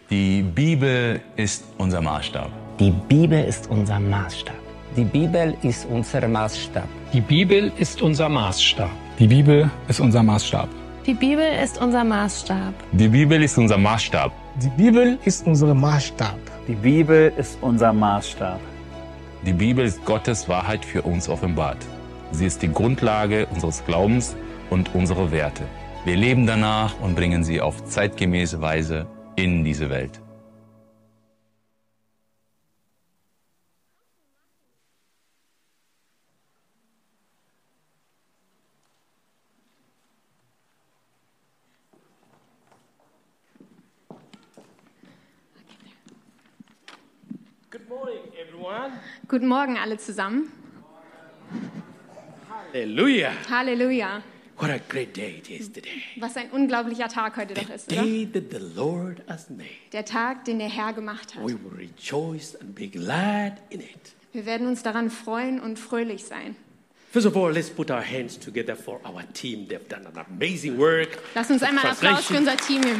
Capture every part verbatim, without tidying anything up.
Die Bibel ist unser Maßstab. Die Bibel ist unser Maßstab. Die Bibel ist unser Maßstab. Die Bibel ist unser Maßstab. Die Bibel ist unser Maßstab. Die Bibel ist unser Maßstab. Die Bibel ist unser Maßstab. Die Bibel ist unser Maßstab. Die Bibel ist unser Maßstab. Die Bibel ist Gottes Wahrheit für uns offenbart. Sie ist die Grundlage unseres Glaubens und unserer Werte. Wir leben danach und bringen sie auf zeitgemäße Weise in diese Welt. Good morning, everyone. Guten Morgen alle zusammen. Halleluja. Halleluja. What a great day it is today. Was ein unglaublicher Tag heute doch ist, The oder? day that the Lord has made. Der Tag, den der Herr gemacht hat. We will rejoice and be glad in it. Wir werden uns daran freuen und fröhlich sein. First of all, let's put our hands together for our team. They've done an amazing work. Lass uns einmal Applaus für unser Team geben.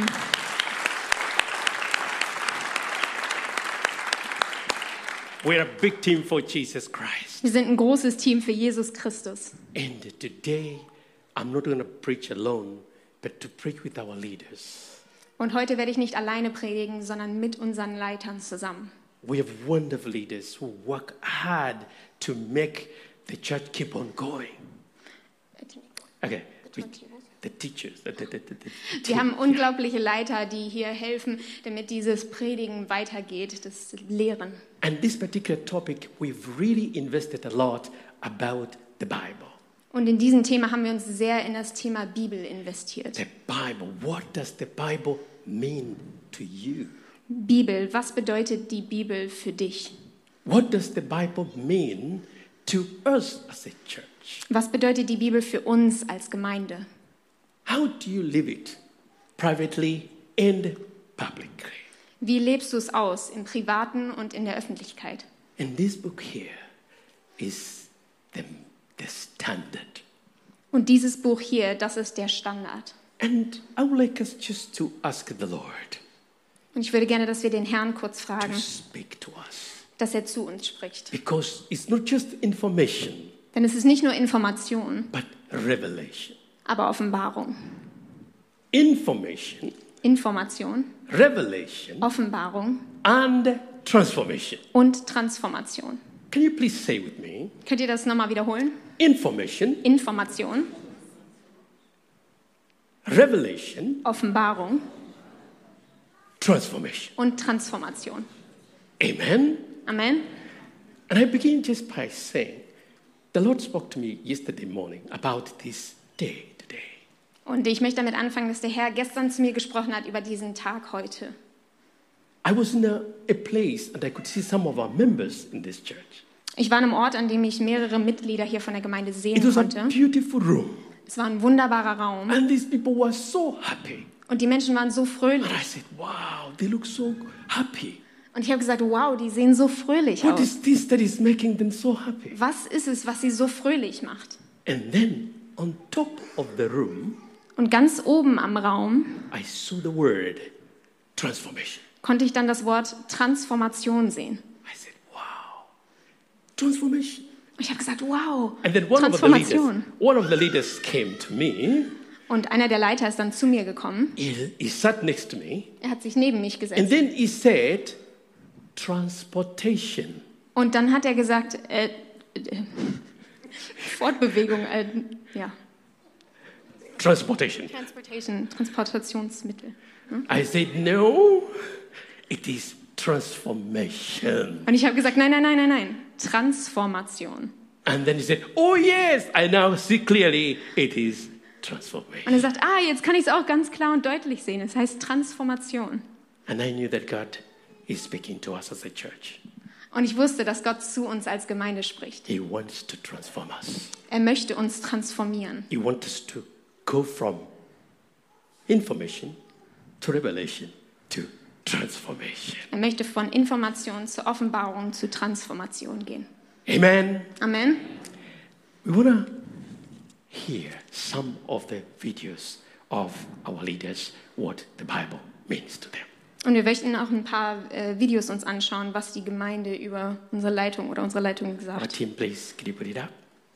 We're a big team for Jesus Christ. Wir sind ein großes Team für Jesus Christus. And today, I'm not going to preach alone, but to preach with our leaders. Und heute werde ich nicht alleine predigen, sondern mit unseren Leitern zusammen. We have wonderful leaders who work hard to make the church keep on going. Okay. The teachers. The, the, the, the Wir haben unglaubliche Leiter, die hier helfen, damit dieses Predigen weitergeht, das Lehren. And this particular topic, we've really invested a lot about the Bible. Und in diesem Thema haben wir uns sehr in das Thema Bibel investiert. The Bible, what does the Bible mean to you? Bibel, was bedeutet die Bibel für dich? What does the Bible mean to us as a church? Was bedeutet die Bibel für uns als Gemeinde? How do you live it? Privately and publicly. Wie lebst du es aus, im Privaten und in der Öffentlichkeit? And this book here is the, the standard. Und dieses Buch hier, das ist der Standard. And I would like us just to ask the Lord Und ich würde gerne, dass wir den Herrn kurz fragen, to speak to us. dass er zu uns spricht. Because it's not just information, Denn es ist nicht nur Information, but revelation. aber Offenbarung. Information, Information, revelation, Offenbarung and transformation. und Transformation. Can you please say with me? Könnt ihr das nochmal wiederholen? Information, Information, revelation, Offenbarung transformation. und Transformation. Amen. Amen. And I begin just by saying, the Lord spoke to me yesterday morning about this day today. Und ich möchte damit anfangen, dass der Herr gestern zu mir gesprochen hat über diesen Tag heute. I was in a, a place and I could see some of our members in this church. Ich war an einem Ort, an dem ich mehrere Mitglieder hier von der Gemeinde sehen It was konnte. a beautiful room. Es war ein wunderbarer Raum. And these people were so happy. Und die Menschen waren so fröhlich. And I said, wow, they look so happy. Und ich habe gesagt, wow, die sehen so fröhlich What aus. is this that is making them so happy? Was ist es, was sie so fröhlich macht? And then on top of the room, Und ganz oben am Raum I saw the word transformation. konnte ich dann das Wort Transformation sehen. I said, wow, transformation. Und ich habe gesagt, wow, And then one of the leaders, Transformation. one of the leaders came to me. Und einer der Leiter ist dann zu mir gekommen. He, he sat next to me. Er hat sich neben mich And gesetzt. then he said, transportation. Und dann hat er gesagt, äh, äh, Fortbewegung, äh, ja, Transportation. Transportation, Transportationsmittel. I said, no, it is transformation. Und ich habe gesagt, nein, nein, nein, nein, nein, Transformation. And then he said, oh yes, I now see clearly it is Und transformation. er sagt, ah, jetzt kann ich es auch ganz klar und deutlich sehen. Es heißt Transformation. And I knew that God is speaking to us as a church. Und ich wusste, dass Gott zu uns als Gemeinde spricht. He wants to transform us. Er möchte uns transformieren. He wants us to go from information to revelation to transformation. Er möchte von Information zur Offenbarung zu Transformation gehen. Amen. Amen. We want to hear some of the videos of our leaders, what the Bible means to them. Und wir möchten auch ein paar äh, Videos uns anschauen, was die Gemeinde über unsere Leitung oder unsere Leitung gesagt hat. Team, please, can you put it up?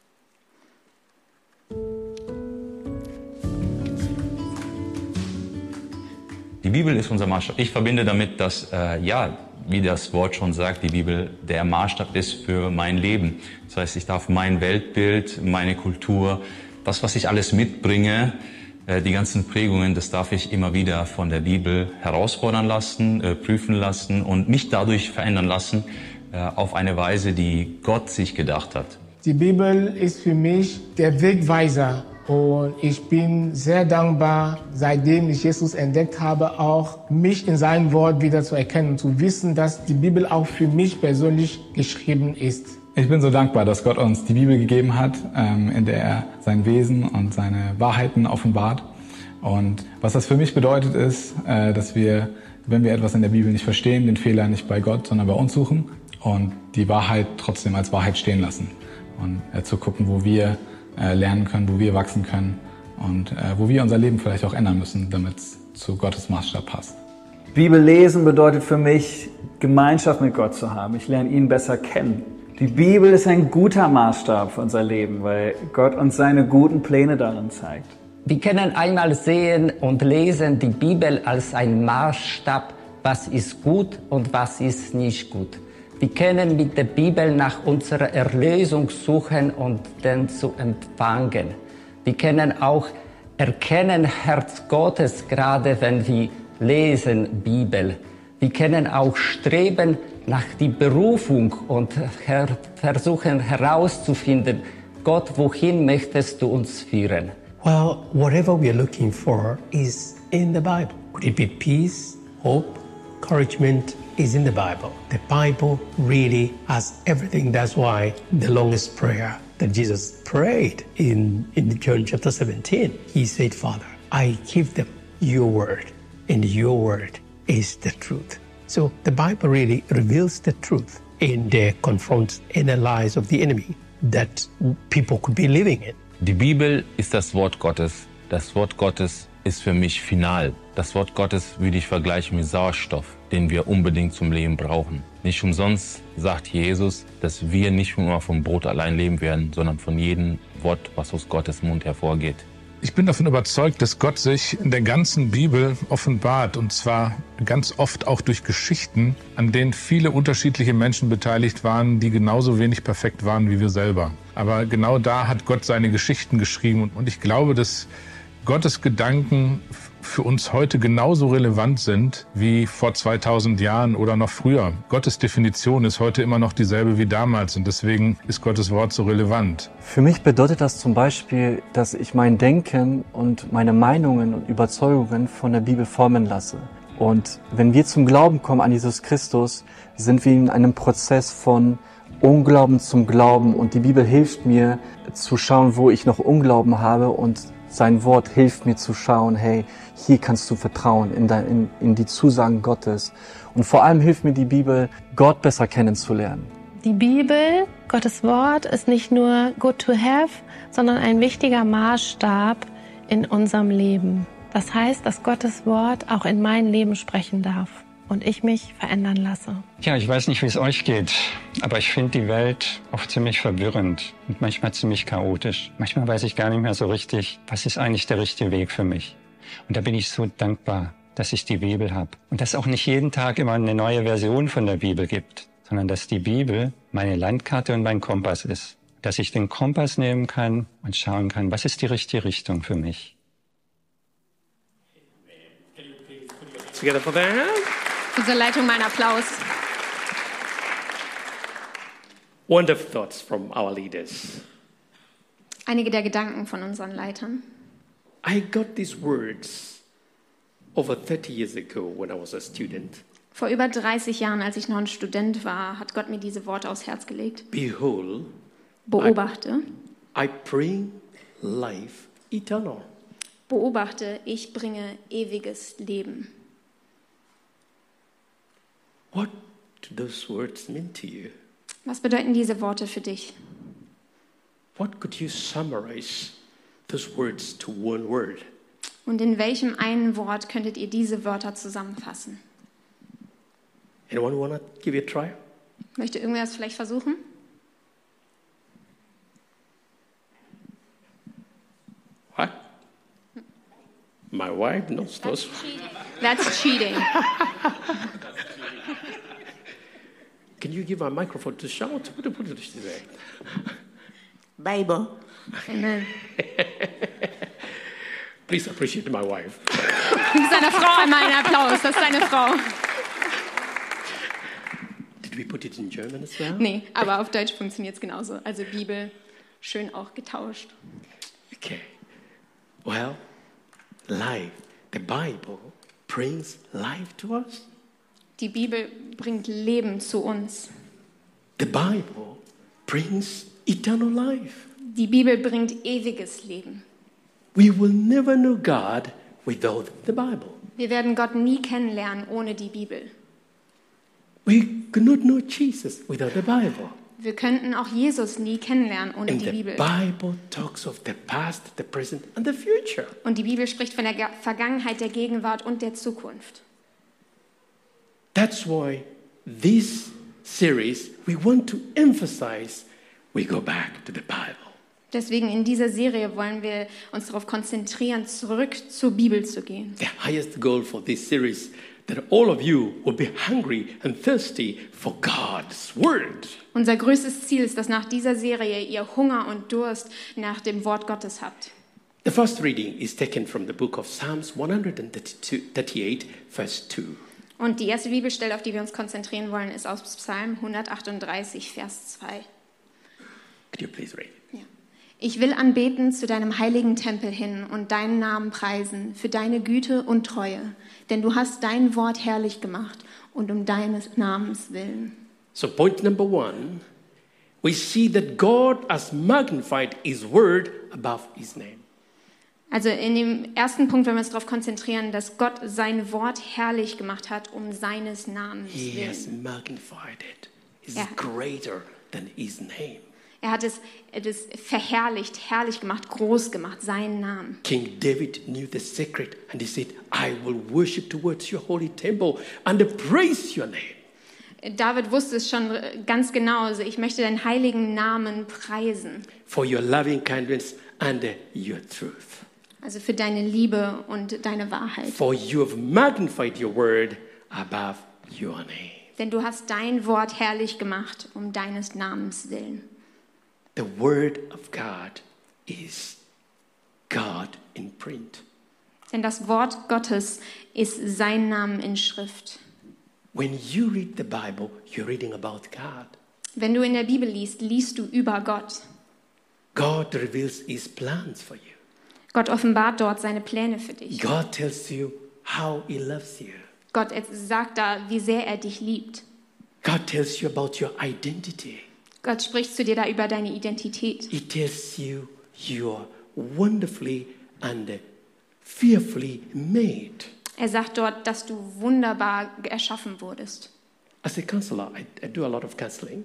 Die Bibel ist unser Maßstab. Ich verbinde damit, dass, äh, ja, wie das Wort schon sagt, die Bibel der Maßstab ist für mein Leben. Das heißt, ich darf mein Weltbild, meine Kultur, das, was ich alles mitbringe, äh, die ganzen Prägungen, das darf ich immer wieder von der Bibel herausfordern lassen, äh, prüfen lassen und mich dadurch verändern lassen, äh, auf eine Weise, die Gott sich gedacht hat. Die Bibel ist für mich der Wegweiser. Und ich bin sehr dankbar, seitdem ich Jesus entdeckt habe, auch mich in seinem Wort wieder zu erkennen und zu wissen, dass die Bibel auch für mich persönlich geschrieben ist. Ich bin so dankbar, dass Gott uns die Bibel gegeben hat, in der er sein Wesen und seine Wahrheiten offenbart. Und was das für mich bedeutet, ist, dass wir, wenn wir etwas in der Bibel nicht verstehen, den Fehler nicht bei Gott, sondern bei uns suchen und die Wahrheit trotzdem als Wahrheit stehen lassen. Und zu gucken, wo wir lernen können, wo wir wachsen können und äh, wo wir unser Leben vielleicht auch ändern müssen, damit es zu Gottes Maßstab passt. Bibel lesen bedeutet für mich, Gemeinschaft mit Gott zu haben. Ich lerne ihn besser kennen. Die Bibel ist ein guter Maßstab für unser Leben, weil Gott uns seine guten Pläne darin zeigt. Wir können einmal sehen und lesen die Bibel als ein Maßstab, was ist gut und was ist nicht gut. Wir können mit der Bibel nach unserer Erlösung suchen und den zu empfangen. Wir können auch erkennen Herz Gottes, gerade wenn wir lesen Bibel. Wir können auch streben nach die Berufung und her- versuchen herauszufinden, Gott, wohin möchtest du uns führen? Well, whatever we are looking for is in the Bible. Could it be peace, hope, encouragement? Is in the Bible. The Bible really has everything. That's why the longest prayer that Jesus prayed in, in John chapter seventeen, he said, Father, I give them your word, and your word is the truth. So the Bible really reveals the truth and uh, confronts any lies of the enemy that people could be living in. Die Bibel ist das Wort Gottes. Das Wort Gottes ist für mich final. Das Wort Gottes würde ich vergleichen mit Sauerstoff, den wir unbedingt zum Leben brauchen. Nicht umsonst sagt Jesus, dass wir nicht nur vom Brot allein leben werden, sondern von jedem Wort, was aus Gottes Mund hervorgeht. Ich bin davon überzeugt, dass Gott sich in der ganzen Bibel offenbart, und zwar ganz oft auch durch Geschichten, an denen viele unterschiedliche Menschen beteiligt waren, die genauso wenig perfekt waren wie wir selber. Aber genau da hat Gott seine Geschichten geschrieben, und ich glaube, dass Gottes Gedanken für uns heute genauso relevant sind wie vor zweitausend Jahren oder noch früher. Gottes Definition ist heute immer noch dieselbe wie damals, und deswegen ist Gottes Wort so relevant. Für mich bedeutet das zum Beispiel, dass ich mein Denken und meine Meinungen und Überzeugungen von der Bibel formen lasse. Und wenn wir zum Glauben kommen an Jesus Christus, sind wir in einem Prozess von Unglauben zum Glauben, und die Bibel hilft mir zu schauen, wo ich noch Unglauben habe, und sein Wort hilft mir zu schauen, hey, hier kannst du vertrauen in, dein, in, in die Zusagen Gottes. Und vor allem hilft mir die Bibel, Gott besser kennenzulernen. Die Bibel, Gottes Wort, ist nicht nur good to have, sondern ein wichtiger Maßstab in unserem Leben. Das heißt, dass Gottes Wort auch in mein Leben sprechen darf und ich mich verändern lasse. Ja, ich weiß nicht, wie es euch geht, aber ich finde die Welt oft ziemlich verwirrend und manchmal ziemlich chaotisch. Manchmal weiß ich gar nicht mehr so richtig, was ist eigentlich der richtige Weg für mich. Und da bin ich so dankbar, dass ich die Bibel habe. Und dass es auch nicht jeden Tag immer eine neue Version von der Bibel gibt, sondern dass die Bibel meine Landkarte und mein Kompass ist. Dass ich den Kompass nehmen kann und schauen kann, was ist die richtige Richtung für mich. Together for that. Unsere Leitung, mein Applaus. Wonderful thoughts from our leaders. Einige der Gedanken von unseren Leitern. I got these words over thirty years ago when I was a student. Vor über dreißig Jahren, als ich noch ein Student war, hat Gott mir diese Worte aufs Herz gelegt. Behold, Beobachte. I, I bring life eternal. Beobachte, ich bringe ewiges Leben. What do those words mean to you? Was bedeuten diese Worte für dich? What could you summarize those words to one word? Und in welchem einen Wort könntet ihr diese Wörter zusammenfassen? Anyone want to give it a try? Möchte irgendwer es vielleicht versuchen? What? My wife knows those. That's cheating. Can you give a microphone to shout? What did she say? Bible. Amen. Please appreciate my wife. Gib seiner Frau einmal einen Applaus. Das ist seine Frau. Did we put it in German as well? Nee, aber auf Deutsch funktioniert es genauso. Also Bibel, schön auch getauscht. Okay. Well, life, the Bible brings life to us. Die Bibel bringt Leben zu uns. The Bible brings eternal life. Die Bibel bringt ewiges Leben. We will never know God without the Bible. Wir werden Gott nie kennenlernen ohne die Bibel. We cannot know Jesus without the Bible. Wir könnten auch Jesus nie kennenlernen ohne And die the Bibel. Bible talks of the past, the present and the future. Und die Bibel spricht von der Ge- Vergangenheit, der Gegenwart und der Zukunft. That's why this series we want to emphasize we go back to the Bible. Deswegen in dieser Serie wollen wir uns darauf konzentrieren, zurück zur Bibel zu gehen. The highest goal for this series that all of you will be hungry and thirsty for God's word. Unser größtes Ziel ist, dass nach dieser Serie ihr Hunger und Durst nach dem Wort Gottes habt. The first reading is taken from the book of Psalms one thirty-eight, verse two. Und die erste Bibelstelle, auf die wir uns konzentrieren wollen, ist aus Psalm hundertachtunddreißig, Vers zwei. Could you please read? Ja. Ich will anbeten zu deinem heiligen Tempel hin und deinen Namen preisen für deine Güte und Treue, denn du hast dein Wort herrlich gemacht und um deines Namens willen. So point number one, we see that God has magnified his word above his name. Also in dem ersten Punkt wollen wir uns darauf konzentrieren, dass Gott sein Wort herrlich gemacht hat, um seines Namens He willen. has magnified it. It's Ja. greater than his name. Er hat es, es verherrlicht, herrlich gemacht, groß gemacht, seinen Namen. King David knew the secret and he said, I will worship towards your holy temple and praise your name. David wusste es schon ganz genau, also ich möchte deinen heiligen Namen preisen. For your loving kindness and your truth. Also für deine Liebe und deine Wahrheit. For you have magnified your word above your name. Denn du hast dein Wort herrlich gemacht, um deines Namens willen. The word of God is God in print. Denn das Wort Gottes ist sein Name in Schrift. When you read the Bible, you're reading about God. Wenn du in der Bibel liest, liest du über Gott. God reveals his plans for you. Gott offenbart dort seine Pläne für dich. God tells you how he loves you. Gott sagt da, wie sehr er dich liebt. God tells you about your identity. Gott spricht zu dir da über deine Identität. He tells you you are wonderfully and fearfully made. Er sagt dort, dass du wunderbar erschaffen wurdest. As a counselor, I, I do a lot of counseling.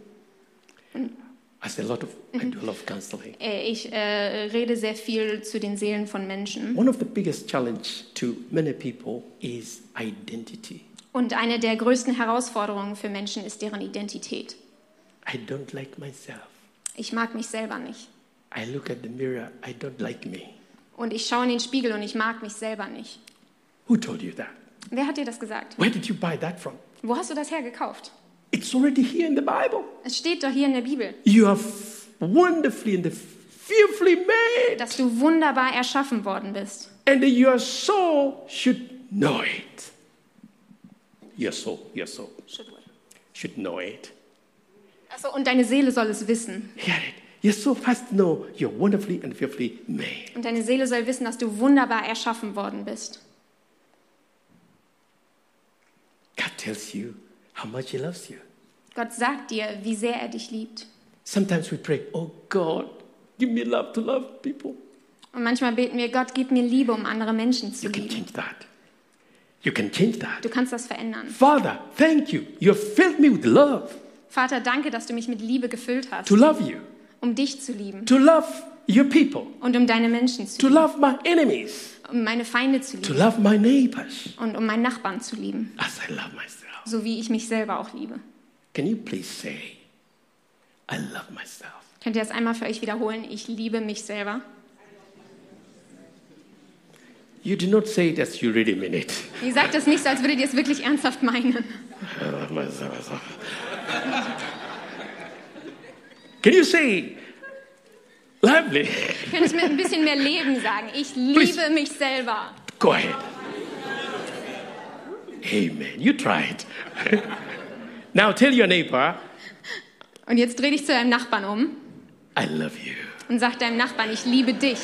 As a lot of, I do a lot of counseling. Ich äh, rede sehr viel zu den Seelen von Menschen. One of the biggest challenge to many people is identity. Und eine der größten Herausforderungen für Menschen ist deren Identität. I don't like myself. Ich mag mich selber nicht. I look at the mirror, I don't like me. Und ich schaue in den Spiegel und ich mag mich selber nicht. Who told you that? Wer hat dir das gesagt? Where did you buy that from? Wo hast du das hergekauft? It's already here in the Bible. Es steht doch hier in der Bibel. You are wonderfully and fearfully made. Dass du wunderbar erschaffen worden bist. And your soul should know it. Your soul, your soul Should what? should know it. Also, und deine Seele soll es wissen. Hear it. Your soul has to know you're wonderfully and fearfully made. Und deine Seele soll wissen, dass du wunderbar erschaffen worden bist. God tells you how much he loves you. Gott sagt dir, wie sehr er dich liebt. Sometimes we pray, oh God, give me love to love people. Und manchmal beten wir, Gott, gib mir Liebe, um andere Menschen zu You can lieben. change that. You can change that. Du kannst das verändern. Father, thank you. You have filled me with love. Vater, danke, dass du mich mit Liebe gefüllt hast, To love you. um dich zu lieben To love your people. und um deine Menschen zu To lieben, love my enemies. um meine Feinde zu To lieben love my neighbors. und um meinen Nachbarn zu lieben, As I love myself. so wie ich mich selber auch liebe. Can you please say, I love myself? Könnt ihr das einmal für euch wiederholen? Ich liebe mich selber. You do not say it as you really mean it. Ihr sagt das nicht so, als würdet ihr es wirklich ernsthaft meinen. I love myself. Can you say lively? Könnt ihr es mit ein bisschen mehr Leben sagen? Ich liebe Please. mich selber. Go ahead. Amen. You try it. Now tell your neighbor. Und jetzt dreh dich zu deinem Nachbarn um. I love you. Und sag deinem Nachbarn, ich liebe dich.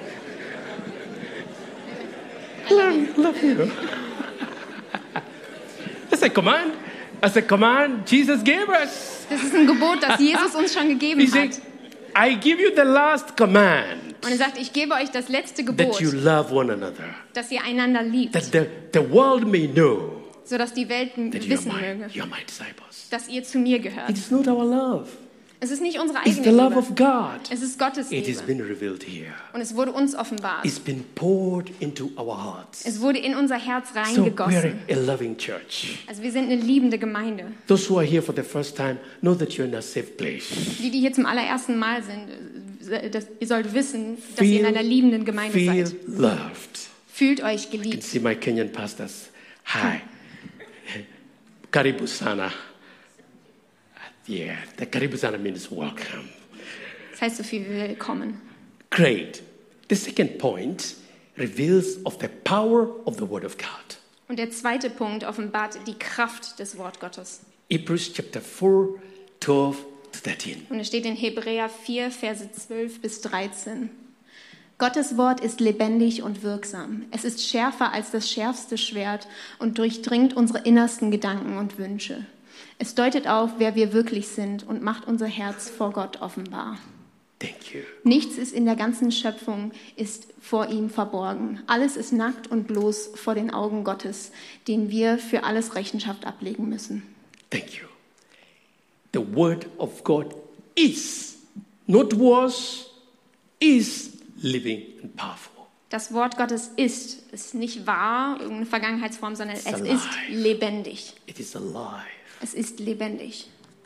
I love, love you. That's a command. That's a command Jesus gave us. Das ist ein Gebot, das Jesus uns schon gegeben He hat. said, I give you the last command. Und er sagt, ich gebe euch das letzte Gebot, that you love one another. dass ihr einander liebt, That the, the world may know sodass die Welt that wissen you're my, möge, you're my disciples. dass ihr zu mir gehört. It is not our love. Es ist nicht unsere It's eigene the love Liebe. of God. Es ist Gottes It has Liebe. been revealed here. Und es wurde uns offenbart. It's been poured into our hearts. Es wurde in unser Herz So we're reingegossen. a loving church. Also wir sind eine liebende Gemeinde. Those who are here for the first time know that you're in a safe place. Die, die hier zum allerersten Mal sind, äh, das, ihr sollt wissen, dass ihr in einer liebenden Gemeinde feel seid. loved. Fühlt euch You can geliebt. see my Kenyan pastors. Hi. Karibu sana. Yeah, the Karibu sana means welcome. Das heißt so viel wie willkommen. Great. The second point reveals of the power of the Word of God. Und der zweite Punkt offenbart die Kraft des Wort Gottes. Hebrews chapter four, twelve to thirteen. Und es steht in Hebräer vier, Verse zwölf bis dreizehn. Gottes Wort ist lebendig und wirksam. Es ist schärfer als das schärfste Schwert und durchdringt unsere innersten Gedanken und Wünsche. Es deutet auf, wer wir wirklich sind und macht unser Herz vor Gott offenbar. Thank you. Nichts ist in der ganzen Schöpfung ist vor ihm verborgen. Alles ist nackt und bloß vor den Augen Gottes, dem wir für alles Rechenschaft ablegen müssen. Thank you. The Word of God is, not was, is living and powerful. Das Wort Gottes ist, ist nicht wahr, irgendeine Vergangenheitsform, sondern It's es alive. ist lebendig. It is alive. Es ist lebendig.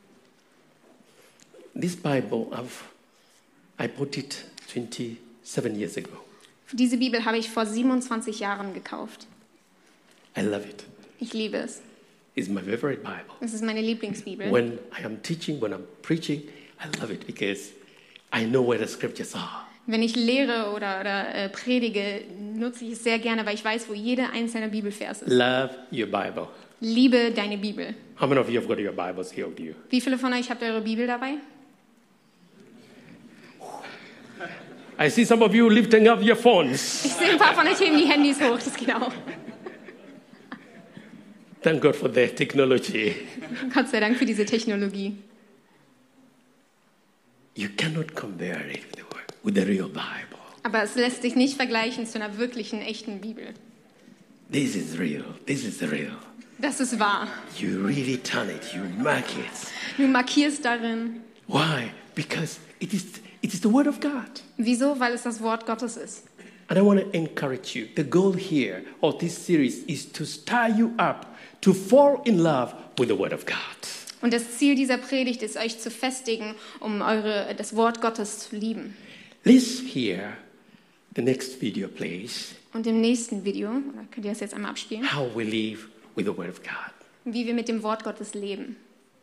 This Bible, I've, I bought it twenty-seven years ago. Diese Bibel habe ich vor siebenundzwanzig Jahren gekauft. I love it. Ich liebe es. It's my favorite Bible. Es ist meine Lieblingsbibel. When I am teaching, when I'm preaching, I love it because I know where the scriptures are. Wenn ich lehre oder, oder äh, predige, nutze ich es sehr gerne, weil ich weiß, wo jeder einzelne Bibelvers ist. Love your Bible. Liebe deine Bibel. How many of you have got your Bibles here with you? Wie viele von euch habt eure Bibel dabei? I see some of you lifting up your phones. Ich sehe ein paar von euch heben die Handys hoch, das geht auch. Thank God for the technology. Gott sei Dank für diese Technologie. You cannot compare it with the, word, with the real Bible. Aber es lässt sich nicht vergleichen zu einer wirklichen, echten Bibel. This is real. This is real. Das ist wahr. You really turn it. You mark it. Du markierst darin. Why? Because it is, it is the Word of God. Wieso? Weil es das Wort Gottes ist. And I want to encourage you. The goal here of this series is to stir you up to fall in love with the Word of God. Und das Ziel dieser Predigt ist, euch zu festigen, um eure, das Wort Gottes zu lieben. Let's hear the next video, please. Und im nächsten Video, oder könnt ihr das jetzt einmal abspielen, How we live with the Word of God. wie wir mit dem Wort Gottes leben.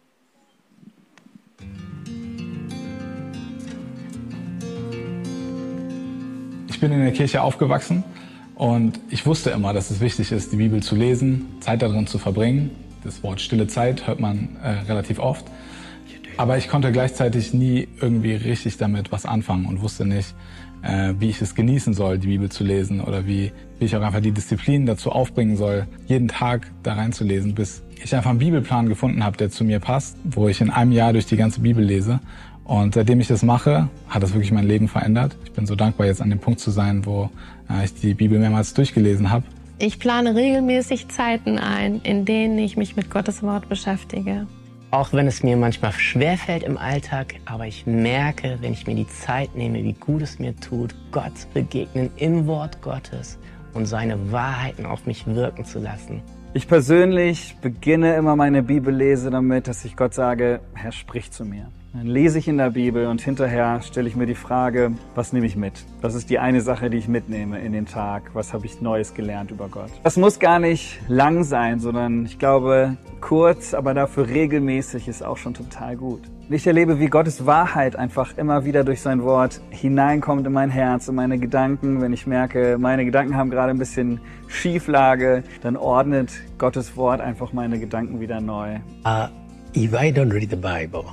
Ich bin in der Kirche aufgewachsen und ich wusste immer, dass es wichtig ist, die Bibel zu lesen, Zeit darin zu verbringen. Das Wort stille Zeit hört man äh, relativ oft. Aber ich konnte gleichzeitig nie irgendwie richtig damit was anfangen und wusste nicht, äh, wie ich es genießen soll, die Bibel zu lesen oder wie, wie ich auch einfach die Disziplin dazu aufbringen soll, jeden Tag da reinzulesen, bis ich einfach einen Bibelplan gefunden habe, der zu mir passt, wo ich in einem Jahr durch die ganze Bibel lese. Und seitdem ich das mache, hat das wirklich mein Leben verändert. Ich bin so dankbar, jetzt an dem Punkt zu sein, wo äh, ich die Bibel mehrmals durchgelesen habe. Ich plane regelmäßig Zeiten ein, in denen ich mich mit Gottes Wort beschäftige. Auch wenn es mir manchmal schwerfällt im Alltag, aber ich merke, wenn ich mir die Zeit nehme, wie gut es mir tut, Gott zu begegnen im Wort Gottes und seine Wahrheiten auf mich wirken zu lassen. Ich persönlich beginne immer meine Bibellese damit, dass ich Gott sage, Herr, sprich zu mir. Dann lese ich in der Bibel und hinterher stelle ich mir die Frage, was nehme ich mit? Das ist die eine Sache, die ich mitnehme in den Tag. Was habe ich Neues gelernt über Gott? Das muss gar nicht lang sein, sondern ich glaube, kurz, aber dafür regelmäßig ist auch schon total gut. Ich erlebe, wie Gottes Wahrheit einfach immer wieder durch sein Wort hineinkommt in mein Herz, in meine Gedanken. Wenn ich merke, meine Gedanken haben gerade ein bisschen Schieflage, dann ordnet Gottes Wort einfach meine Gedanken wieder neu. Uh, if I don't read the Bible,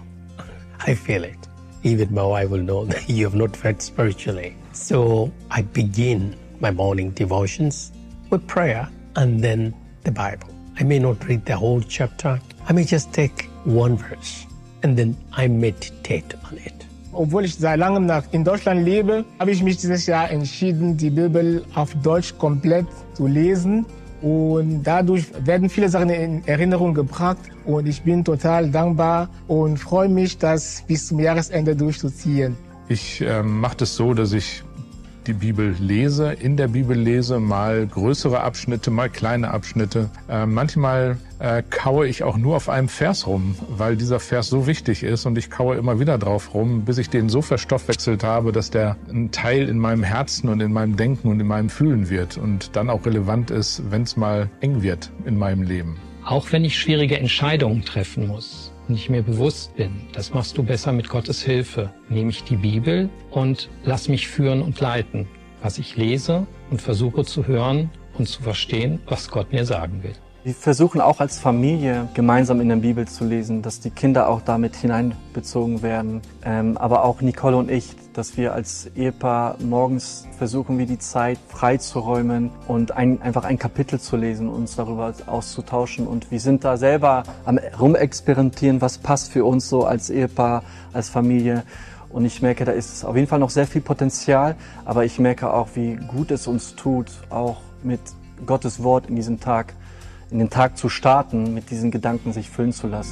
I feel it. Even my wife will know that you have not fed spiritually. So I begin my morning devotions with prayer and then the Bible. I may not read the whole chapter. I may just take one verse and then I meditate on it. Obwohl ich seit langem nach in Deutschland lebe, habe ich mich dieses Jahr entschieden, die Bibel auf Deutsch komplett zu lesen. Und dadurch werden viele Sachen in Erinnerung gebracht. Und ich bin total dankbar und freue mich, das bis zum Jahresende durchzuziehen. Ich äh, mache das so, dass ich die Bibel lese, in der Bibel lese, mal größere Abschnitte, mal kleine Abschnitte. Äh, manchmal äh, kaue ich auch nur auf einem Vers rum, weil dieser Vers so wichtig ist und ich kaue immer wieder drauf rum, bis ich den so verstoffwechselt habe, dass der ein Teil in meinem Herzen und in meinem Denken und in meinem Fühlen wird und dann auch relevant ist, wenn es mal eng wird in meinem Leben. Auch wenn ich schwierige Entscheidungen treffen muss und ich mir bewusst bin, das machst du besser mit Gottes Hilfe, nehme ich die Bibel und lass mich führen und leiten, was ich lese und versuche zu hören und zu verstehen, was Gott mir sagen will. Wir versuchen auch als Familie gemeinsam in der Bibel zu lesen, dass die Kinder auch damit hineinbezogen werden. Ähm, aber auch Nicole und ich, dass wir als Ehepaar morgens versuchen, wir die Zeit freizuräumen und ein, einfach ein Kapitel zu lesen, uns darüber auszutauschen. Und wir sind da selber am Rumexperimentieren, was passt für uns so als Ehepaar, als Familie. Und ich merke, da ist auf jeden Fall noch sehr viel Potenzial. Aber ich merke auch, wie gut es uns tut, auch mit Gottes Wort in diesem Tag in den Tag zu starten, mit diesen Gedanken sich füllen zu lassen.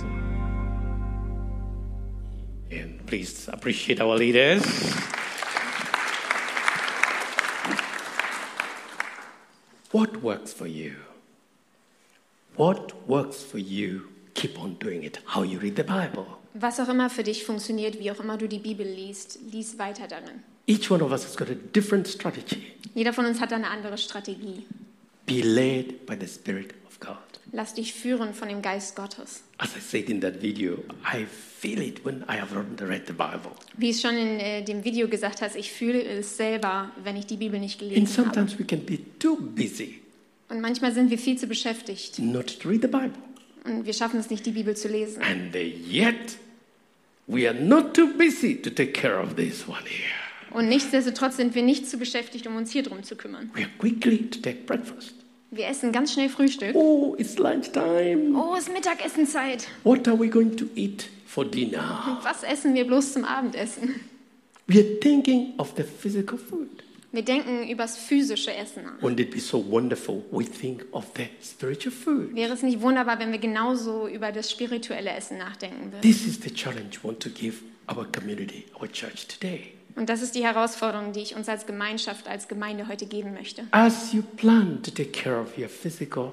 And please appreciate our leaders. What works for you? What works for you? Keep on doing it. How you read the Bible. Was auch immer für dich funktioniert, wie auch immer du die Bibel liest, lies weiter darin. Each one of us has got a different strategy. Jeder von uns hat eine andere Strategie. Be led by the Spirit of God. Lass dich führen von dem Geist Gottes. As I said in that video, I feel it when I have read the Bible. Wie es schon in äh, dem Video gesagt hast, ich fühle es selber, wenn ich die Bibel nicht And gelesen sometimes habe. we can be too busy Und manchmal sind wir viel zu beschäftigt. not to read the Bible. Und wir schaffen es nicht, die Bibel zu lesen. And uh, yet, we are not too busy to take care of this one here. Und nichtsdestotrotz sind wir nicht zu beschäftigt, um uns hier drum zu kümmern. We are quickly to take breakfast. Wir essen ganz schnell Frühstück. Oh, it's lunchtime. Oh, es ist Mittagessenzeit. What are we going to eat for dinner? Was essen wir bloß zum Abendessen? We are thinking of the physical food. Wir denken übers physische Essen nach. Wouldn't it be so wonderful? We think of the spiritual food. Wäre es nicht wunderbar, wenn wir genauso über das spirituelle Essen nachdenken würden? This is the challenge we want to give our community, our church today. Und das ist die Herausforderung, die ich uns als Gemeinschaft, als Gemeinde heute geben möchte. As you plan to take care of your physical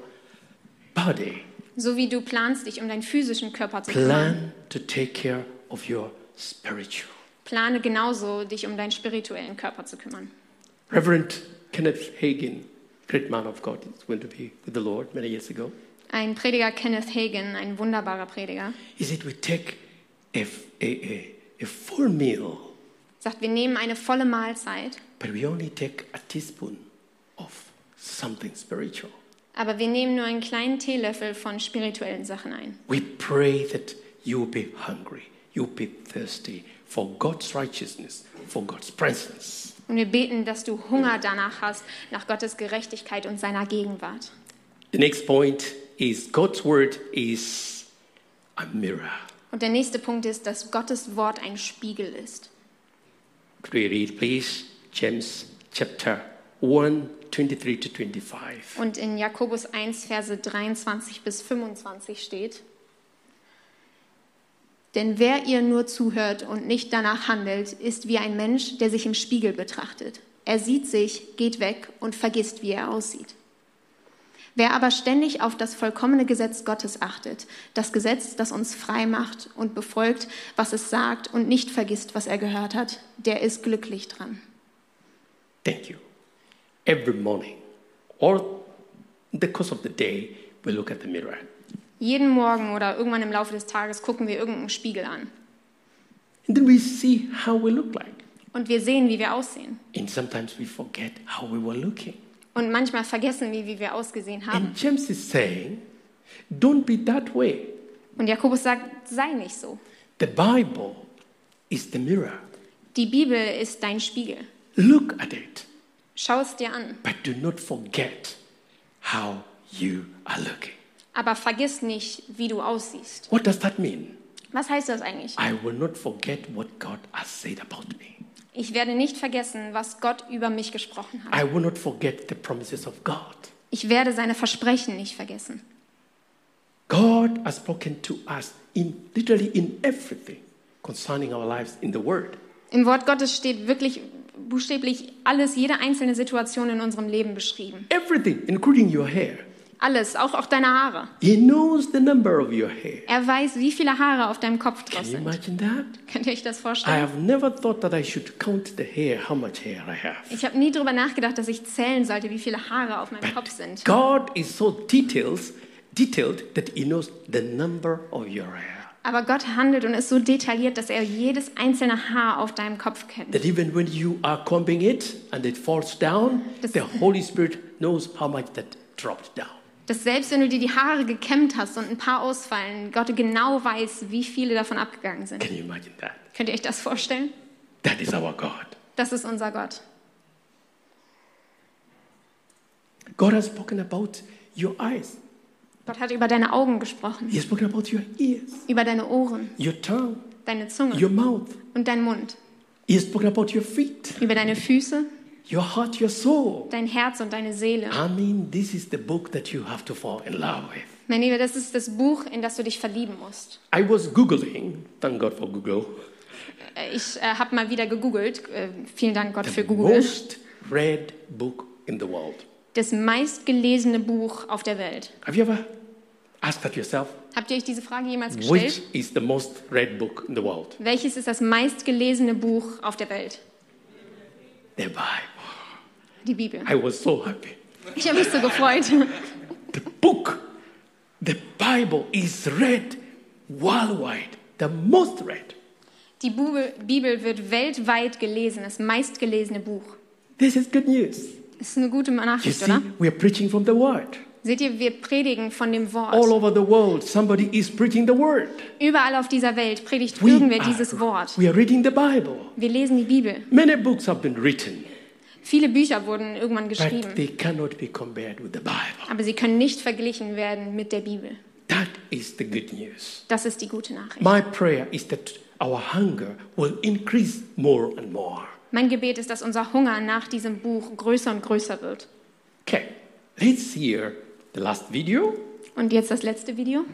body, So wie du planst, dich um deinen physischen Körper zu kümmern, plan to take care of your spiritual. plane genauso, dich um deinen spirituellen Körper zu kümmern. Reverend Kenneth Hagin, great man of God, is going to be with the Lord many years ago. Ein Prediger, Kenneth Hagin, ein wunderbarer Prediger, He said we take a, a, a, a full meal, sagt, wir nehmen eine volle Mahlzeit, but we only take a teaspoon of something spiritual. aber wir nehmen nur einen kleinen Teelöffel von spirituellen Sachen ein. We pray that you will be hungry, you will be thirsty for God's righteousness, for God's presence. Und wir beten, dass du Hunger danach hast, nach Gottes Gerechtigkeit und seiner Gegenwart. The next point is God's word is a mirror. Und der nächste Punkt ist, dass Gottes Wort ein Spiegel ist. Could we read, please, James chapter one, twenty-three to twenty-five. Und in Jakobus eins, Verse dreiundzwanzig bis fünfundzwanzig steht: Denn wer ihr nur zuhört und nicht danach handelt, ist wie ein Mensch, der sich im Spiegel betrachtet. Er sieht sich, geht weg und vergisst, wie er aussieht. Wer aber ständig auf das vollkommene Gesetz Gottes achtet, das Gesetz, das uns frei macht und befolgt, was es sagt und nicht vergisst, was er gehört hat, der ist glücklich dran. Thank you. Every morning or in the course of the day, we look at the mirror. Jeden Morgen oder irgendwann im Laufe des Tages gucken wir irgendeinen Spiegel an. And then we see how we look like. Und wir sehen, wie wir aussehen. And sometimes we forget how we were looking. Und manchmal vergessen wir, wie wir ausgesehen haben. And James is saying, don't be that way. Und Jakobus sagt, sei nicht so. The Bible is the mirror. Die Bibel ist dein Spiegel. Look at it. Schau es dir an. But do not forget how you are looking. Aber vergiss nicht, wie du aussiehst. What does that mean? Was heißt das eigentlich? I will not forget what God has said about me. Ich werde nicht vergessen, was Gott über mich gesprochen hat. I will not forget the promises of God. Ich werde seine Versprechen nicht vergessen. God has spoken to us in literally in everything concerning our lives in the Word. Im Wort Gottes steht wirklich buchstäblich alles, jede einzelne Situation in unserem Leben beschrieben. Everything, including your hair. Alles, auch, auch deine Haare. He knows the number of your hair. Er weiß, wie viele Haare auf deinem Kopf drauf Can you sind. imagine that? Könnt ihr euch das I vorstellen? have never thought that I should count the hair, how much hair I have. Ich habe nie darüber nachgedacht, dass ich zählen sollte, wie viele Haare auf meinem Kopf sind. God is so detailed, detailed that he knows the number of your hair. Aber Gott handelt und ist so detailliert, dass er jedes einzelne Haar auf deinem Kopf kennt. That even when you are combing it and it falls down, the Holy Spirit knows how much that dropped down. Dass selbst wenn du dir die Haare gekämmt hast und ein paar ausfallen, Gott genau weiß, wie viele davon abgegangen sind. Can you imagine that? Könnt ihr euch das vorstellen? That is our God. Das ist unser Gott. God has spoken about your eyes. Gott hat über deine Augen gesprochen. He has spoken about your ears. Über deine Ohren. Your tongue. Deine Zunge. Your mouth. Und deinen Mund. He has spoken about your feet. Über deine Füße. Your heart, your soul. Dein Herz und deine Seele. I mean, this is the book that you have to fall in love with. Mein Lieber, das ist das Buch, in das du dich verlieben musst. I was Googling, thank God for Google. Ich äh, habe mal wieder gegoogelt. Äh, vielen Dank Gott the für Google. Most read book in the world. Das meistgelesene Buch auf der Welt. Have you ever asked that yourself? Habt ihr euch diese Frage jemals gestellt? Which is the most read book in the world? Welches ist das meistgelesene Buch auf der Welt? The Bible. Die Bibel. I was so happy. Ich habe mich so gefreut. The book, the Bible is read worldwide, the most read. Die Bibel wird weltweit gelesen, das meistgelesene Buch. This is good news. Das ist eine gute You Nachricht, see, oder? we are preaching from the Word. Seht ihr, wir predigen von dem Wort. All over the world, somebody is preaching the Word. Überall auf dieser Welt predigt We irgendwer are- dieses Wort. We are reading the Bible. Wir lesen die Bibel. Many books have been written, Viele Bücher wurden irgendwann but geschrieben, they cannot be compared with the Bible. aber sie können nicht verglichen werden mit der Bibel. That is the good news. Das ist die gute Nachricht. My prayer is that our hunger will increase more and more. Mein Gebet ist, dass unser Hunger nach diesem Buch größer und größer wird. Okay, let's hear the last video. Und jetzt das letzte Video.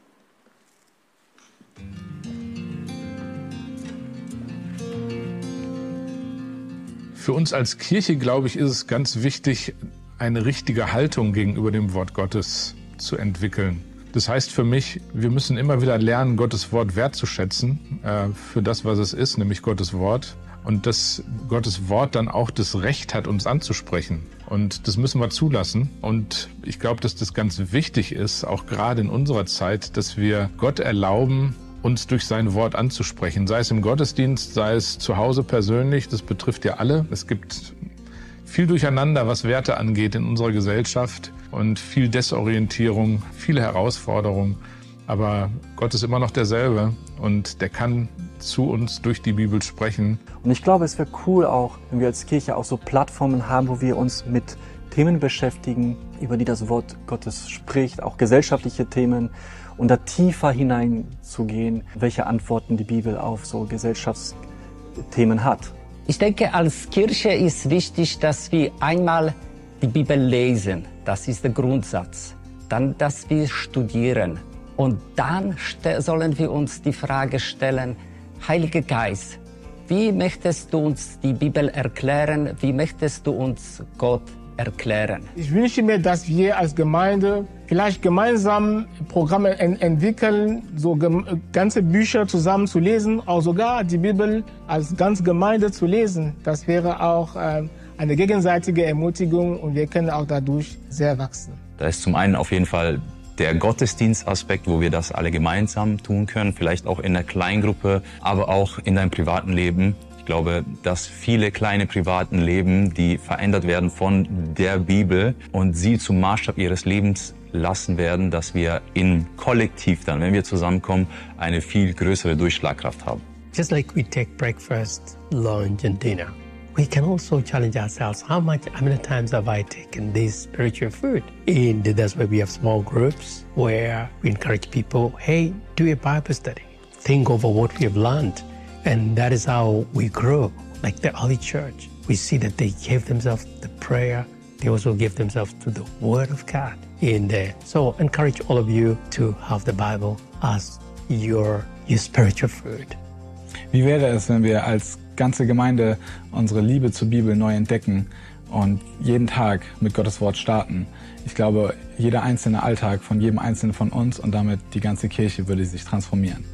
Für uns als Kirche, glaube ich, ist es ganz wichtig, eine richtige Haltung gegenüber dem Wort Gottes zu entwickeln. Das heißt für mich, wir müssen immer wieder lernen, Gottes Wort wertzuschätzen äh, für das, was es ist, nämlich Gottes Wort. Und dass Gottes Wort dann auch das Recht hat, uns anzusprechen. Und das müssen wir zulassen. Und ich glaube, dass das ganz wichtig ist, auch gerade in unserer Zeit, dass wir Gott erlauben, uns durch sein Wort anzusprechen. Sei es im Gottesdienst, sei es zu Hause persönlich, das betrifft ja alle. Es gibt viel Durcheinander, was Werte angeht in unserer Gesellschaft und viel Desorientierung, viele Herausforderungen. Aber Gott ist immer noch derselbe und der kann zu uns durch die Bibel sprechen. Und ich glaube, es wäre cool auch, wenn wir als Kirche auch so Plattformen haben, wo wir uns mit Themen beschäftigen, über die das Wort Gottes spricht, auch gesellschaftliche Themen, und da tiefer hineinzugehen, welche Antworten die Bibel auf so Gesellschaftsthemen hat. Ich denke, als Kirche ist wichtig, dass wir einmal die Bibel lesen. Das ist der Grundsatz. Dann, dass wir studieren. Und dann sollen wir uns die Frage stellen, Heiliger Geist, wie möchtest du uns die Bibel erklären? Wie möchtest du uns Gott erklären. Ich wünsche mir, dass wir als Gemeinde vielleicht gemeinsam Programme en entwickeln, so gem ganze Bücher zusammen zu lesen, auch sogar die Bibel als ganze Gemeinde zu lesen. Das wäre auch äh, eine gegenseitige Ermutigung und wir können auch dadurch sehr wachsen. Da ist zum einen auf jeden Fall der Gottesdienstaspekt, wo wir das alle gemeinsam tun können, vielleicht auch in der Kleingruppe, aber auch in deinem privaten Leben. Ich glaube, dass viele kleine privaten Leben, die verändert werden von der Bibel und sie zum Maßstab ihres Lebens lassen werden, dass wir in Kollektiv dann, wenn wir zusammenkommen, eine viel größere Durchschlagkraft haben. Just like we take breakfast, lunch and dinner, we can also challenge ourselves. How much, how many times have I taken this spiritual food? And that's why we have small groups where we encourage people, hey, do a Bible study. Think over what we have learned. And that is how we grow, like the early church. We see that they gave themselves to prayer. They also gave themselves to the Word of God. And uh, so encourage all of you to have the Bible as your, your spiritual food. Wie wäre es, wenn wir als ganze Gemeinde unsere Liebe zur Bibel neu entdecken und jeden Tag mit Gottes Wort starten? Ich glaube, jeder einzelne Alltag von jedem Einzelnen von uns und damit die ganze Kirche würde sich transformieren.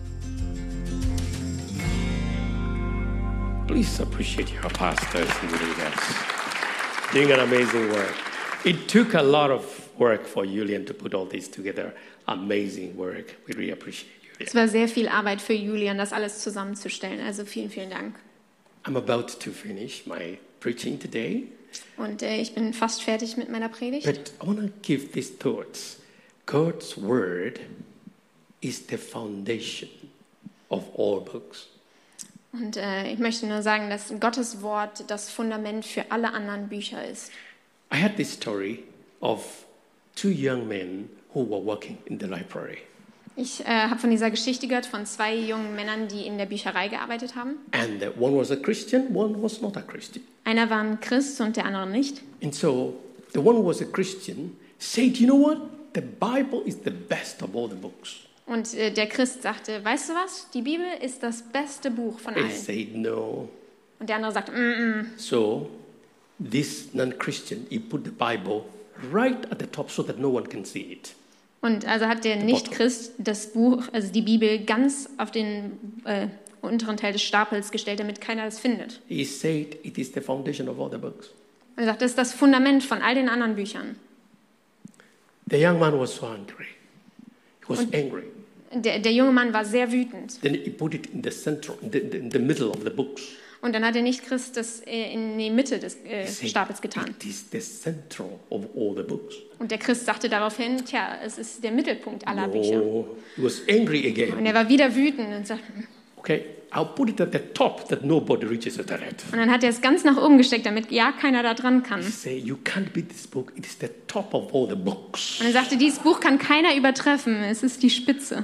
Please appreciate your pastors and leaders doing an amazing work. It took a lot of work for Julian to put all this together. Amazing work. We really appreciate you. Es war sehr viel Arbeit für Julian, das alles zusammenzustellen. Also vielen, vielen Dank. I'm about to finish my preaching today. Und äh, ich bin fast fertig mit meiner Predigt. But I want to give these thoughts. God's word is the foundation of all books. Und äh, ich möchte nur sagen, dass Gottes Wort das Fundament für alle anderen Bücher ist. I had this story of two young men who were working in the library. Ich äh, habe von dieser Geschichte gehört von zwei jungen Männern, die in der Bücherei gearbeitet haben. And uh, one was a Christian, one was not a Christian. Einer war ein Christ und der andere nicht. And so the one who was a Christian said, you know what? The Bible is the best of all the books. Und äh, der Christ sagte, weißt du was? Die Bibel ist das beste Buch von He allen. said no. Und der andere sagte, mm -mm. So this non-Christian, he put the Bible right at the top so that no one can see it. Und also hat der Nicht-Christ das Buch, also die Bibel, ganz auf den äh, unteren Teil des Stapels gestellt, damit keiner das findet. He said it is the foundation of all the books. Er sagt, das ist das Fundament von all den anderen Büchern. The young man was so angry. He was Und angry. Der, der junge Mann war sehr wütend. Then he put it in the center, in the, in the middle of the books. Und dann hat der Nicht-Christ das äh, in die Mitte des äh, He said, Stapels getan. it is the center of all the books. Und der Christ sagte daraufhin, tja, es ist der Mittelpunkt aller Bücher. Oh, he was angry Und again. er war wieder wütend und sagte, Okay, I'll put it at the top that nobody reaches at it. und dann hat er es ganz nach oben gesteckt, damit ja keiner da dran kann. He said, you can't beat this book. It is the top of all the books. Und er sagte, dieses Buch kann keiner übertreffen, es ist die Spitze.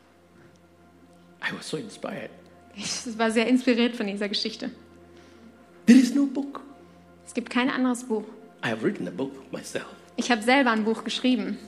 I was so inspired. Ich war sehr inspiriert von dieser Geschichte. There is no book. Es gibt kein anderes Buch. I have written a book myself. Ich habe selber ein Buch geschrieben.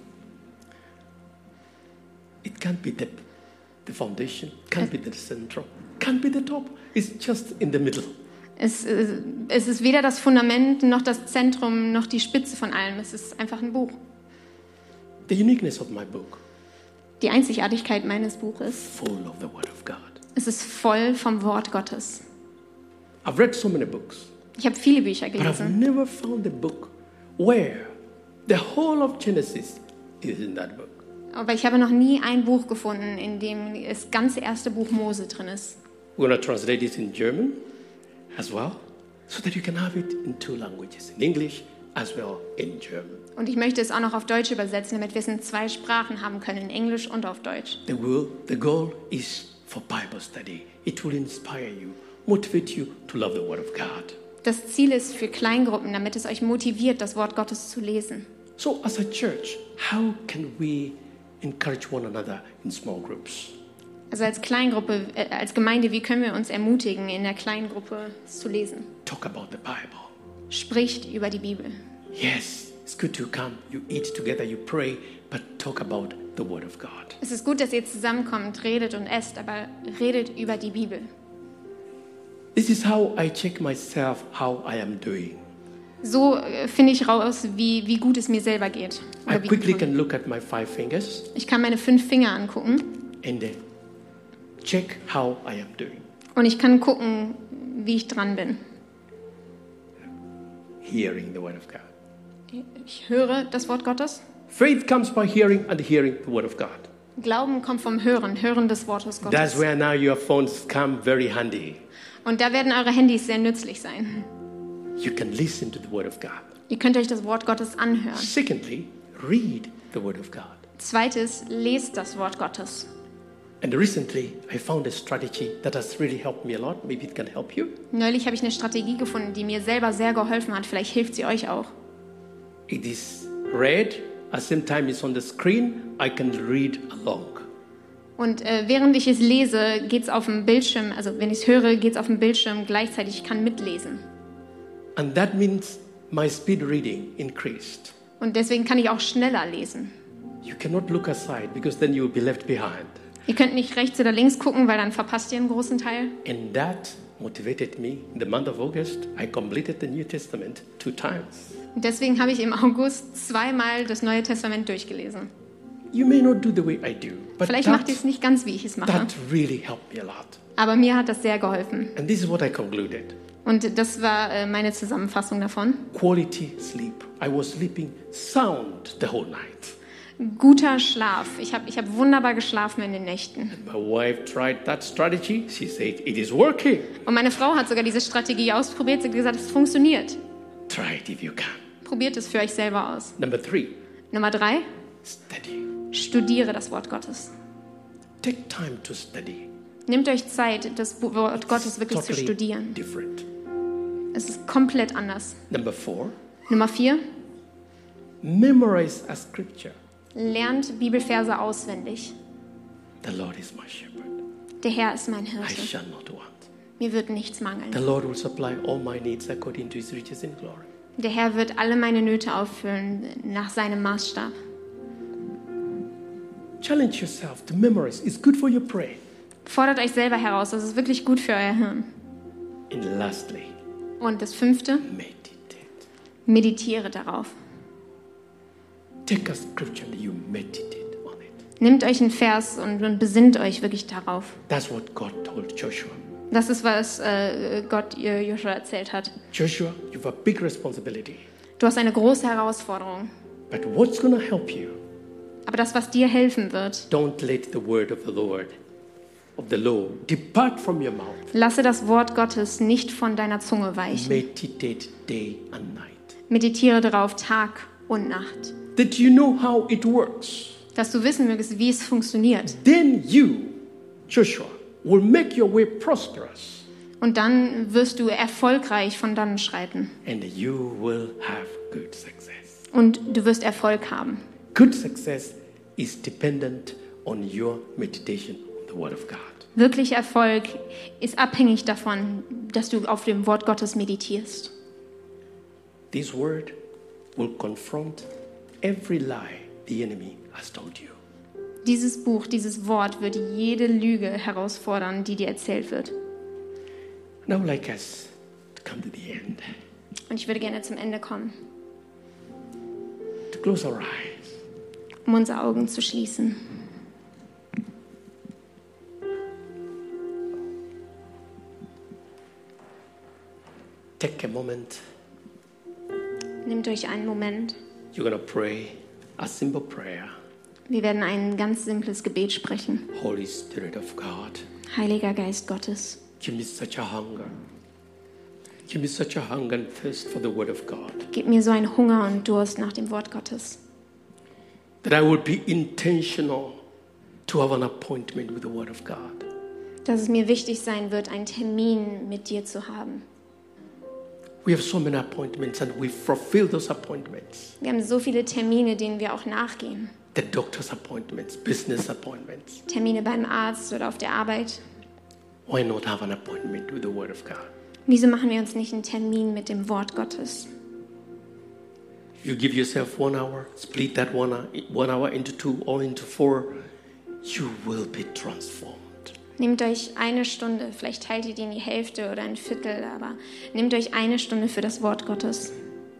It can't be the, the foundation, can't be the center, can't be the top. It's just in the middle. Es, äh, es ist weder das Fundament, noch das Zentrum, noch die Spitze von allem. Es ist einfach ein Buch. The uniqueness of my book, Die Einzigartigkeit meines Buches, full of the Word of God. es ist voll vom Wort Gottes. I've read so many books, Ich habe viele Bücher but I've gelesen, never found a book where the whole of Genesis is in that book. aber ich habe noch nie ein Buch gefunden, in dem das ganze erste Buch Mose drin ist. We're going to translate it in German as well, so that you can have it in two languages, in English as well in German. Und ich möchte es auch noch auf Deutsch übersetzen, damit wir es in zwei Sprachen haben können, in Englisch und auf Deutsch. The goal, the goal is for Bible study. It will inspire you, motivate you to love the Word of God. Das Ziel ist für Kleingruppen, damit es euch motiviert, das Wort Gottes zu lesen. So as a church, how can we encourage one another in small groups? Also als Kleingruppe, äh, als Gemeinde, wie können wir uns ermutigen, in der Kleingruppe zu lesen? Talk about the Bible. Spricht über die Bibel. Yes, it's good to come, you eat together, you pray, but talk about the Word of God. Es ist gut, dass ihr zusammenkommt, redet und esst, aber redet über die Bibel. This is how I check myself, how I am doing. So äh, finde ich raus, wie, wie gut es mir selber geht. I Oder wie quickly gut. can look at my five fingers Ich kann meine fünf Finger angucken and then check how I am doing. und ich kann gucken, wie ich dran bin. Hearing the word of God. Ich höre das Wort Gottes. Faith comes by hearing and hearing the word of God. Glauben kommt vom Hören, Hören des Wortes Gottes. That's where now your phones come very handy. Und da werden eure Handys sehr nützlich sein. You can listen to the word of God. Ihr könnt euch das Wort Gottes anhören. Secondly, read the word of God. Zweites, lest das Wort Gottes. And recently, I found a strategy that has really helped me a lot. Maybe it can help you. Neulich habe ich eine Strategie gefunden, die mir selber sehr geholfen hat. Vielleicht hilft sie euch auch. It is read, at the same time it's on the screen. I can read along. Und äh, während ich es lese, geht es auf dem Bildschirm, also wenn ich es höre, geht es auf dem Bildschirm gleichzeitig. Ich kann mitlesen. And that means my speed reading increased. Und deswegen kann ich auch schneller lesen. You cannot look aside because then you will be left behind. Ihr könnt nicht rechts oder links gucken, weil dann verpasst ihr einen großen Teil. And that motivated me. In the month of August, I completed the New Testament two times. Und deswegen habe ich im August zweimal das Neue Testament durchgelesen. You may not do the way I do, but Vielleicht that, macht ihr es nicht ganz, wie ich es mache. that really helped me a lot. Aber mir hat das sehr geholfen. And this is what I concluded. Und das war äh, meine Zusammenfassung davon. Quality sleep. I was sleeping sound the whole night. Guter Schlaf. Ich habe ich hab wunderbar geschlafen in den Nächten. My wife tried that strategy. She said, it is working. Und meine Frau hat sogar diese Strategie ausprobiert. Sie hat gesagt, es funktioniert. Try it if you can. Probiert es für euch selber aus. Number three, Nummer drei. study. Studiere das Wort Gottes. Take time to study. Nehmt euch Zeit, das Wort Gottes wirklich zu Totally studieren. different. Es ist komplett anders. Number four, Nummer vier. memorize a scripture. Lernt Bibelverse auswendig. The Lord is my shepherd. Der Herr ist mein I Hirte. shall not want. Mir wird nichts mangeln. The Lord will supply all my needs according to his riches in glory. Der Herr wird alle meine Nöte auffüllen nach seinem Maßstab. Challenge yourself to memorize. It's good for your brain. Fordert euch selber heraus. Das ist wirklich gut für euer Hirn. And lastly, Und das fünfte. meditate. Meditiere darauf. Take a scripture and you meditate on it. Nehmt euch einen Vers und, und besinnt euch wirklich darauf. That's what God told Joshua. Das ist, was äh, Gott ihr Joshua erzählt hat. Joshua, you have a big responsibility. Du hast eine große Herausforderung. But what's going to help you? Aber das, was dir helfen wird, Don't let the word of the Lord, of the law, depart from your mouth. lasse das Wort Gottes nicht von deiner Zunge weichen. Meditate day and night. Meditiere darauf Tag und Nacht. That you know how it works. Dass du wissen mögest, wie es funktioniert. Then you, Joshua, will make your way prosperous. Und dann wirst du erfolgreich von dannen schreiten. And you will have good success. Und du wirst Erfolg haben. Good success is dependent on your meditation on the Word of God. Wirklich Erfolg ist abhängig davon, dass du auf dem Wort Gottes meditierst. This word will confront every lie the enemy has told you. Dieses Buch, dieses Wort wird jede Lüge herausfordern, die dir erzählt wird. And I would like us to come to the end, Und ich würde gerne zum Ende kommen, to close our eyes. um unsere Augen zu schließen. Take a moment. Nehmt euch einen Moment. You're going to pray a simple prayer. Wir werden ein ganz simples Gebet sprechen. Holy Spirit of God, Heiliger Geist Gottes, give me such a hunger. Give me such a hunger and thirst for the Word of God. gib mir so einen Hunger und Durst nach dem Wort Gottes, That I would be intentional to have an appointment with the Word of God. dass es mir wichtig sein wird, einen Termin mit dir zu haben. We have so many appointments and we fulfill those appointments. Wir haben so viele Termine, denen wir auch nachgehen. The doctor's appointments, business appointments. Termine beim Arzt oder auf der Arbeit. Why not have an appointment with the Word of God? Wieso machen wir uns nicht einen Termin mit dem Wort Gottes? You give yourself one hour, split that one hour, one hour into two or into four, you will be transformed. Nehmt euch eine Stunde, vielleicht teilt ihr die in die Hälfte oder ein Viertel, aber nehmt euch eine Stunde für das Wort Gottes.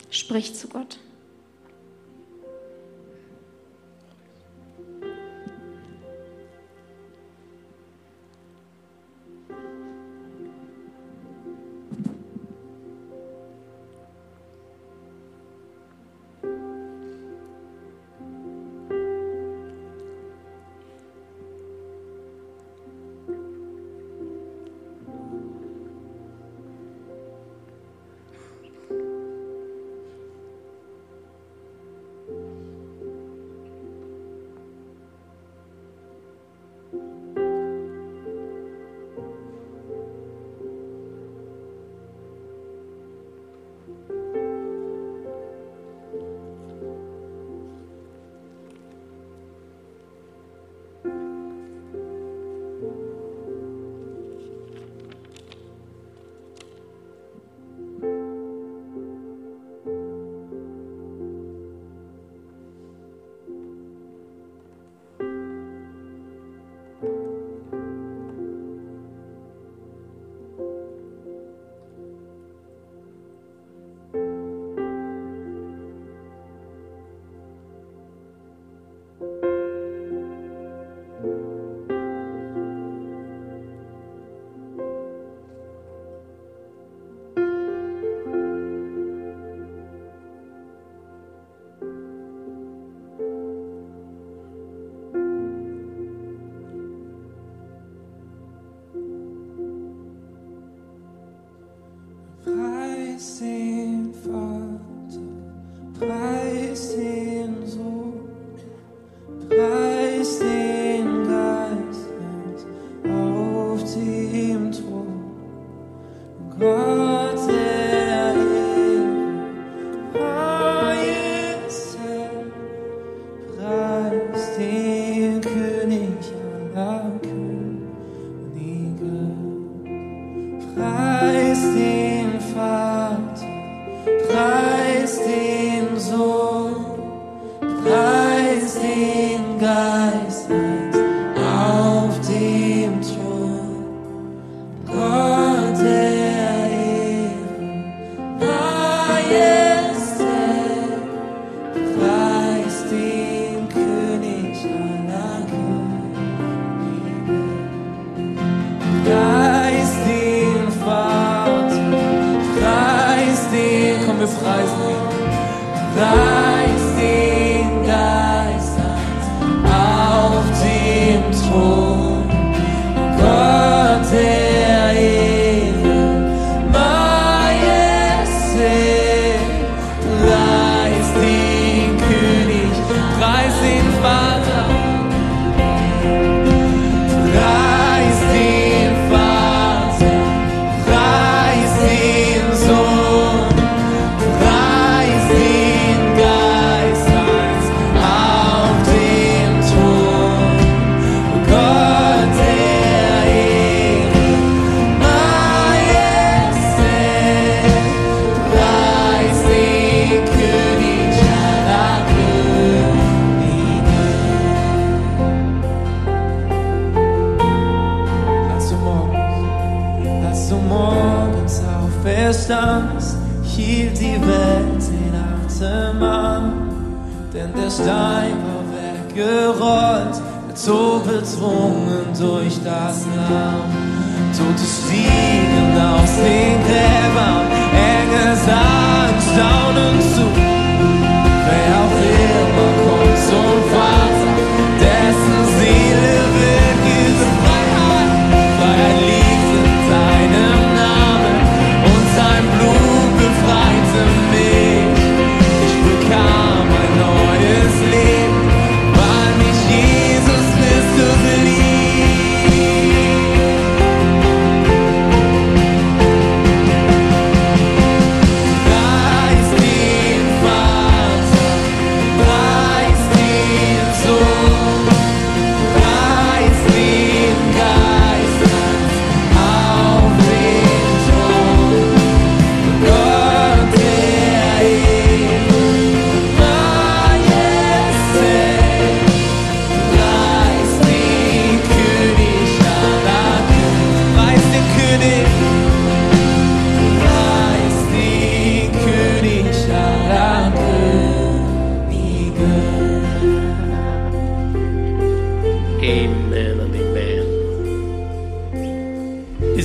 Sprich zu Gott. Preis den Vater, preis den Sohn, preis den Geist auf dem Thron. Gott der Ewige, Majestät, preis den König aller Könige, preis den Vater, preis den Sohn, preis den Geist auf dem Thron. Gott der Ehre, Majestät, preis den König aller Könige, preis den Vater, preis den, komm wir preisen ihn, preis den Geist auf dem Thron. Gott der Ehre, Majestät, preis den König, preis den Vater, preis den Vater, preis den Sohn, preis den Geist auf dem Thron. Gott der Ehre, Majestät, preis den König aller Könige. Als du morgens, als du morgens auferstandst, hielt die Welt den Atem an, denn der Stein war weggerollt, er zog bezwungen durch das Lamm. Tote stiegen aus den Gräbern, Engel sahen staunend zu. Wer auch immer kommt zum Vater, dessen Seele wird Freiheit. Freiheit liegt in deinem Namen und sein Blut befreite mich. Ich bekam ein neues Leben, weil mich Jesus Christus liebt. Preis den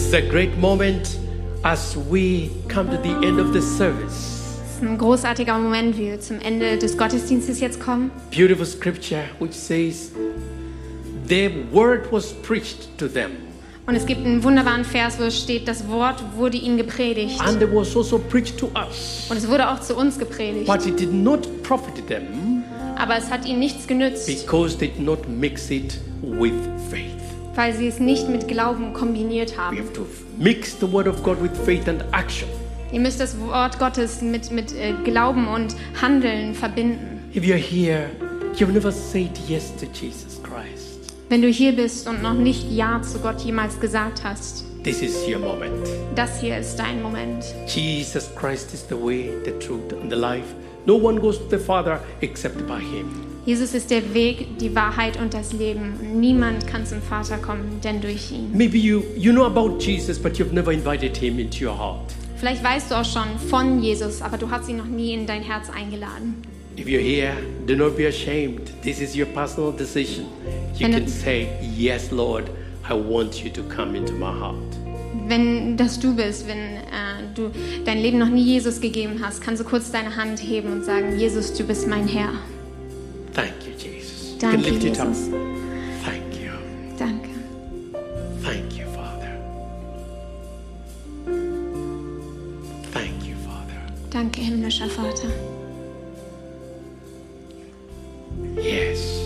This is a great moment as we come to the end of the service. Es ist ein großartiger Moment, wie wir zum Ende des Gottesdienstes jetzt kommen. Beautiful scripture which says, the word was preached to them. Und es gibt einen wunderbaren Vers, wo es steht, das Wort wurde ihnen gepredigt. And it was also preached to us. Und es wurde auch zu uns gepredigt. But it did not profit them. Aber es hat ihnen nichts genützt. Because they did not mix it with faith. Weil sie es nicht mit Glauben kombiniert haben. We have to mix the word of God with faith and action. Ihr müsst das Wort Gottes mit, mit äh, Glauben und Handeln verbinden. If you're here, you've never said yes to Jesus Christ. Wenn du hier bist und noch nicht Ja zu Gott jemals gesagt hast, this is your moment. Das hier ist dein Moment. Jesus Christ is the way, the truth and the life. No one goes to the Father except by him. Jesus ist der Weg, die Wahrheit und das Leben. Niemand kann zum Vater kommen, denn durch ihn. Maybe you, you know about Jesus, but you've never invited him into your heart. Vielleicht weißt du auch schon von Jesus, aber du hast ihn noch nie in dein Herz eingeladen. If you're here, do not be ashamed. This is your personal decision. You can say, yes, Lord, I want you to come into my heart. Wenn das du bist, wenn äh, du dein Leben noch nie Jesus gegeben hast, kannst du kurz deine Hand heben und sagen, Jesus, du bist mein Herr. Thank you, Jesus. Danke, you can lift Jesus. it up. Thank you. Danke. Thank you, Father. Thank you, Father. Danke, himmlischer Vater. Yes.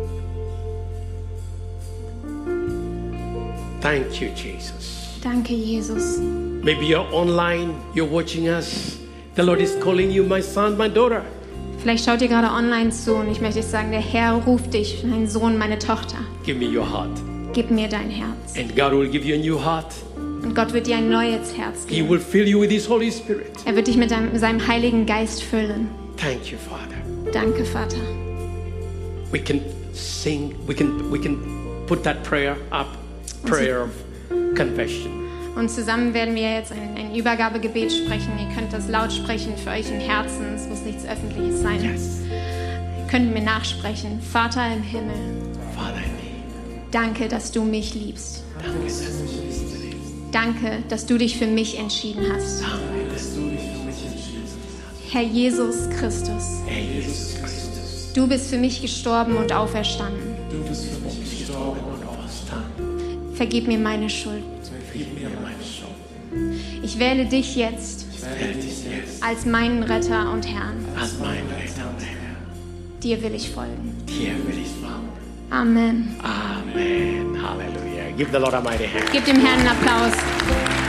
Thank you, Jesus. Danke, Jesus. Maybe you're online, you're watching us. The Lord is calling you, my son, my daughter. Vielleicht schaut ihr gerade online zu und ich möchte sagen, der Herr ruft dich, mein Sohn, meine Tochter. Give me your heart. Gib mir dein Herz. And God will give you a new heart. Und Gott wird dir ein neues Herz He geben. will fill you with His Holy Spirit. Er wird dich mit deinem, seinem Heiligen Geist füllen. Thank you, Father. Danke, Vater. We can sing, we can, we can put that prayer up, prayer of confession. Und zusammen werden wir jetzt ein, ein Übergabegebet sprechen. Ihr könnt das laut sprechen für euch im Herzen. Es muss nichts Öffentliches sein. Yes. Ihr könnt mir nachsprechen. Vater im Himmel, Father in me. danke, dass du mich liebst. Danke, dass du mich liebst. Danke, dass du dich für mich entschieden hast. Danke, dass du dich für mich entschieden hast. Herr Jesus Christus, Herr Jesus Christus. du bist für mich gestorben und auferstanden. Du bist für mich gestorben und auferstanden. Vergib mir meine Schuld. Vergib mir meine Schuld. Ich wähle dich jetzt Ich wähle dich jetzt als meinen Retter und Herrn. als mein Retter und Herr. Dir will ich folgen. Dir will ich folgen. Amen. Amen. Hallelujah. Give the Lord a mighty hand. Gib dem Herrn einen Applaus.